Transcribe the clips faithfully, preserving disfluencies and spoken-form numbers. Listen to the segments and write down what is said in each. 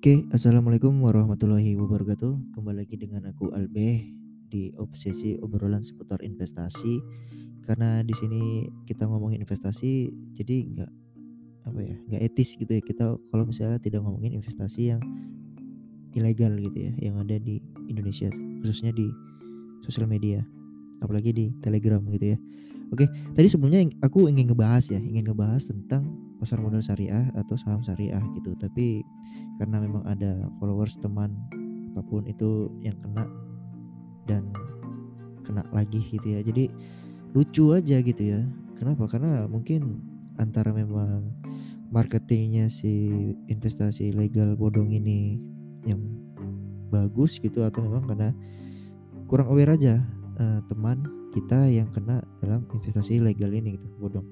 Oke, assalamualaikum warahmatullahi wabarakatuh. Kembali lagi dengan aku Albe di obsesi obrolan seputar investasi. Karena di sini kita ngomongin investasi, jadi nggak apa ya, nggak etis gitu ya kita kalau misalnya tidak ngomongin investasi yang ilegal gitu ya, yang ada di Indonesia, khususnya di sosial media, apalagi di Telegram gitu ya. Oke, tadi sebelumnya ing- aku ingin ngebahas ya, ingin ngebahas tentang pasar modal syariah atau saham syariah gitu. Tapi karena memang ada followers teman apapun itu yang kena dan kena lagi gitu ya. Jadi lucu aja gitu ya. Kenapa? Karena mungkin antara memang marketingnya si investasi legal bodong ini yang bagus gitu atau memang karena kurang aware aja eh, teman kita yang kena dalam investasi legal ini gitu bodong.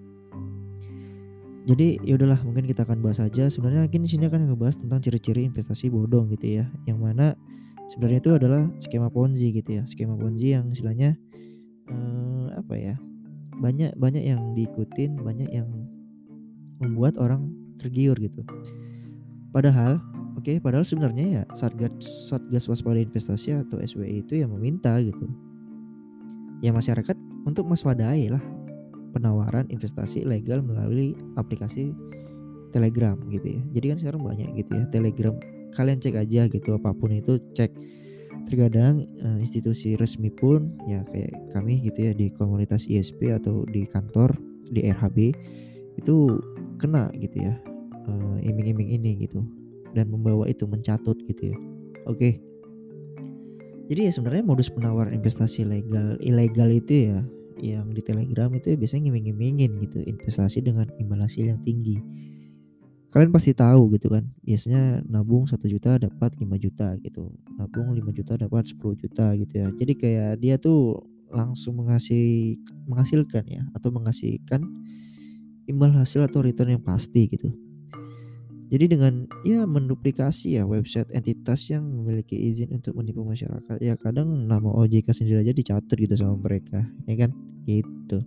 Jadi ya udahlah mungkin kita akan bahas aja. Sebenarnya mungkin di sini akan ngebahas tentang ciri-ciri investasi bodong gitu ya. Yang mana sebenarnya itu adalah skema Ponzi gitu ya. Skema Ponzi yang istilahnya eh, apa ya? Banyak banyak yang diikutin, banyak yang membuat orang tergiur gitu. Padahal oke, okay, padahal sebenarnya ya Satgas Satgas Waspada Investasi atau S W I itu yang meminta gitu. Ya masyarakat untuk mewaspadai lah penawaran investasi legal melalui aplikasi Telegram gitu ya. Jadi kan sekarang banyak gitu ya Telegram. Kalian cek aja gitu apapun itu cek. Terkadang uh, institusi resmi pun ya kayak kami gitu ya di komunitas I S P atau di kantor di R H B itu kena gitu ya uh, iming-iming ini gitu dan membawa itu mencatut gitu ya. Oke. Jadi ya sebenarnya modus penawaran investasi legal ilegal itu ya yang di Telegram itu ya biasanya ngiming-ngimingin gitu investasi dengan imbal hasil yang tinggi. Kalian pasti tahu gitu kan, biasanya nabung satu juta dapat lima juta gitu, nabung lima juta dapat sepuluh juta gitu ya. Jadi kayak dia tuh langsung mengasih menghasilkan ya atau mengasihkan imbal hasil atau return yang pasti gitu. Jadi dengan ya menduplikasi ya website entitas yang memiliki izin untuk menipu masyarakat, ya kadang nama O J K sendiri aja dicatat gitu sama mereka, ya kan? Gitu.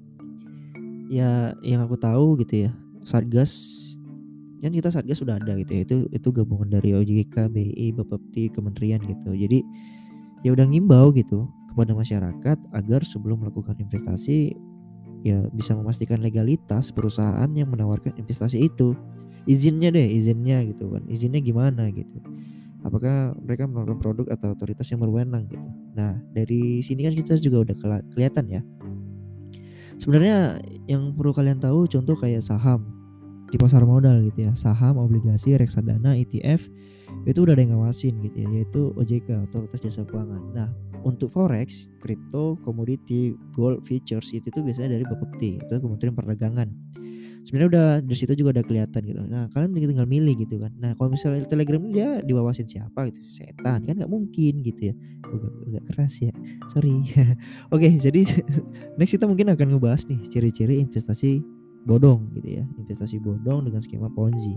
Ya yang aku tahu gitu ya, Satgas kan kita Satgas sudah ada gitu ya. Itu itu gabungan dari O J K, B I, Bapepti, kementerian gitu. Jadi ya udah ngimbau gitu kepada masyarakat agar sebelum melakukan investasi ya bisa memastikan legalitas perusahaan yang menawarkan investasi itu. Izinnya deh, izinnya gitu kan. Izinnya gimana gitu. Apakah mereka menawarkan produk atau otoritas yang berwenang gitu. Nah, dari sini kan kita juga udah kela- kelihatan ya. Sebenarnya yang perlu kalian tahu contoh kayak saham di pasar modal gitu ya, saham, obligasi, reksadana, E T F itu udah ada yang ngawasin gitu ya, yaitu O J K, Otoritas Jasa Keuangan. Nah, untuk forex, crypto, komoditi, gold, futures itu tuh biasanya dari Bapepti, itu Kementerian Perdagangan. Sebenarnya udah dari situ juga udah kelihatan gitu. Nah, kalian tinggal milih gitu kan. Nah, kalau misalnya Telegram ini dia diwawasin siapa gitu, setan kan nggak mungkin gitu ya. Agak, agak keras ya, sorry. Oke, jadi next kita mungkin akan ngebahas nih ciri-ciri investasi bodong gitu ya, investasi bodong dengan skema Ponzi.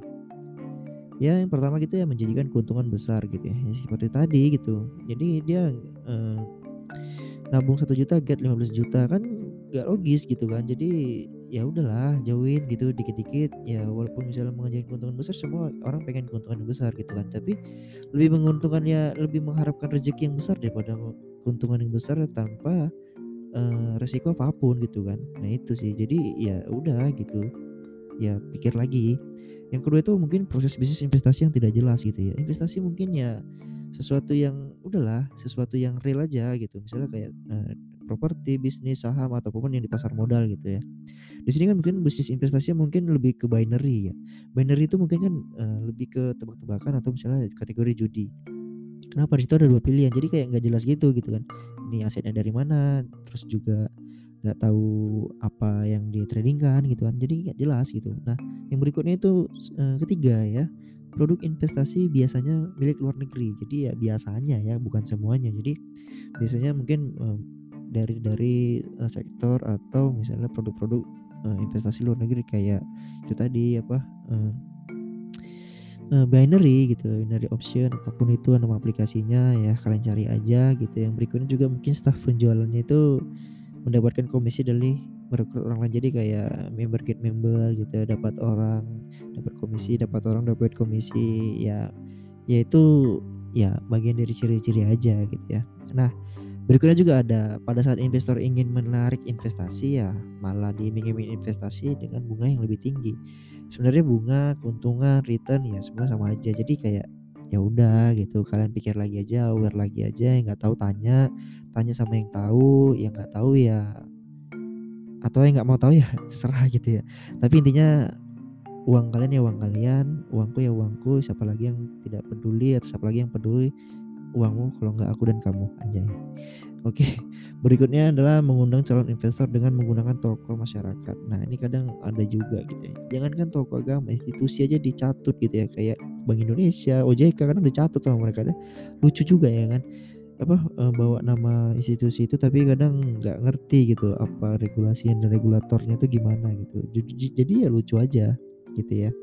Ya yang pertama gitu ya menjanjikan keuntungan besar gitu ya, ya seperti tadi gitu. Jadi dia eh, nabung satu juta get lima belas juta kan gak logis gitu kan. Jadi ya udahlah jauhin gitu dikit-dikit ya, walaupun misalnya mengajarin keuntungan besar, semua orang pengen keuntungan yang besar gitu kan, tapi lebih menguntungkan ya, lebih mengharapkan rezeki yang besar daripada keuntungan yang besar tanpa eh, resiko apapun gitu kan. Nah itu sih, jadi ya udah gitu ya, pikir lagi. Yang kedua itu mungkin proses bisnis investasi yang tidak jelas gitu ya. Investasi mungkin ya sesuatu yang udahlah, sesuatu yang real aja gitu. Misalnya kayak eh, properti, bisnis, saham ataupun yang di pasar modal gitu ya. Di sini kan mungkin bisnis investasi mungkin lebih ke binary ya. Binary itu mungkin kan eh, lebih ke tebak-tebakan atau misalnya kategori judi. Kenapa di situ ada dua pilihan, jadi kayak nggak jelas gitu gitu kan. Ini asetnya dari mana, terus juga nggak tahu apa yang di trading kan gitu kan, jadi nggak jelas gitu. Nah yang berikutnya itu eh, ketiga ya, produk investasi biasanya milik luar negeri, jadi ya biasanya ya bukan semuanya. Jadi biasanya mungkin eh, dari dari eh, sektor atau misalnya produk-produk eh, investasi luar negeri kayak itu tadi apa eh, eh, binary gitu, binary option apapun itu nama aplikasinya ya, kalian cari aja gitu. Yang berikutnya juga mungkin staf penjualannya itu mendapatkan komisi dari merekrut orang lain, jadi kayak member get member gitu ya, dapat orang dapat komisi, dapat orang dapat komisi ya. Ya itu, ya bagian dari ciri-ciri aja gitu ya. Nah, berikutnya juga ada pada saat investor ingin menarik investasi ya malah diiming-iming investasi dengan bunga yang lebih tinggi. Sebenarnya bunga, keuntungan, return ya semua sama aja. Jadi kayak ya udah gitu, kalian pikir lagi aja, aware lagi aja, yang nggak tahu tanya, tanya sama yang tahu, yang nggak tahu ya atau yang nggak mau tahu ya terserah gitu ya. Tapi intinya uang kalian ya uang kalian, uangku ya uangku, siapa lagi yang tidak peduli atau siapa lagi yang peduli uangmu kalau nggak aku dan kamu, anjay. Oke, berikutnya adalah mengundang calon investor dengan menggunakan tokoh masyarakat. Nah, ini kadang ada juga gitu ya. Jangankan tokoh agama, institusi aja dicatut gitu ya, kayak Bank Indonesia, O J K kadang dicatut sama mereka deh. Lucu juga ya kan, apa, eee, bawa nama institusi itu tapi kadang nggak ngerti gitu apa regulasi dan regulatornya itu gimana gitu. Jadi jadi ya lucu aja gitu ya.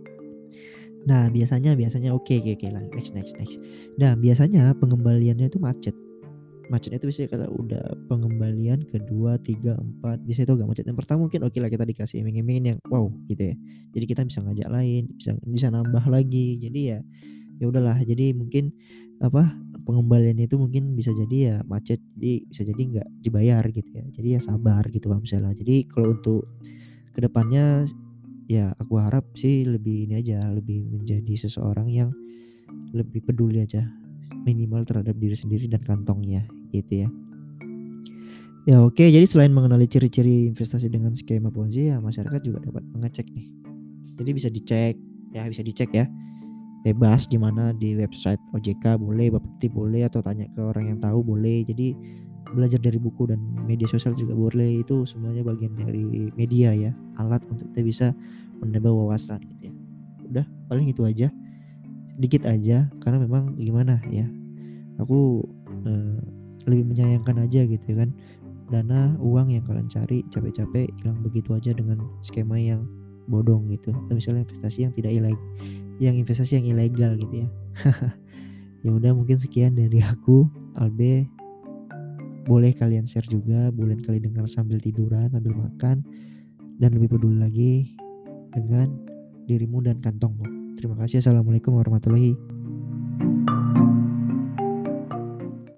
Nah, biasanya biasanya oke oke oke lah, next next next. Nah, biasanya pengembaliannya itu macet. Macetnya itu biasanya kalau udah pengembalian kedua, tiga, empat biasanya itu agak macet. Yang pertama mungkin okelah kita dikasih iming-imingin yang wow gitu ya. Jadi kita bisa ngajak lain, bisa bisa nambah lagi. Jadi ya ya udahlah, jadi mungkin apa, pengembalian itu mungkin bisa jadi ya macet, jadi bisa jadi nggak dibayar gitu ya. Jadi ya sabar gitu kalau misalnya. Jadi kalau untuk kedepannya ya aku harap sih lebih ini aja, lebih menjadi seseorang yang lebih peduli aja, minimal terhadap diri sendiri dan kantongnya gitu ya. Ya oke, jadi selain mengenali ciri-ciri investasi dengan skema Ponzi ya masyarakat juga dapat mengecek nih. Jadi bisa dicek, ya bisa dicek ya, bebas di mana di website O J K boleh, Bapepti boleh, atau tanya ke orang yang tahu boleh. Jadi belajar dari buku dan media sosial juga boleh, itu semuanya bagian dari media ya, alat untuk kita bisa menambah wawasan gitu ya. Udah paling itu aja, sedikit aja karena memang gimana ya, aku, eee, lebih menyayangkan aja gitu ya kan, dana, uang yang kalian cari capek-capek hilang begitu aja dengan skema yang bodong gitu, atau misalnya investasi yang tidak ileg yang investasi yang ilegal gitu ya. Ya udah mungkin sekian dari aku, Albe, boleh kalian share juga, boleh kalian dengar sambil tiduran, sambil makan, dan lebih peduli lagi dengan dirimu dan kantongmu. Terima kasih. Assalamualaikum warahmatullahi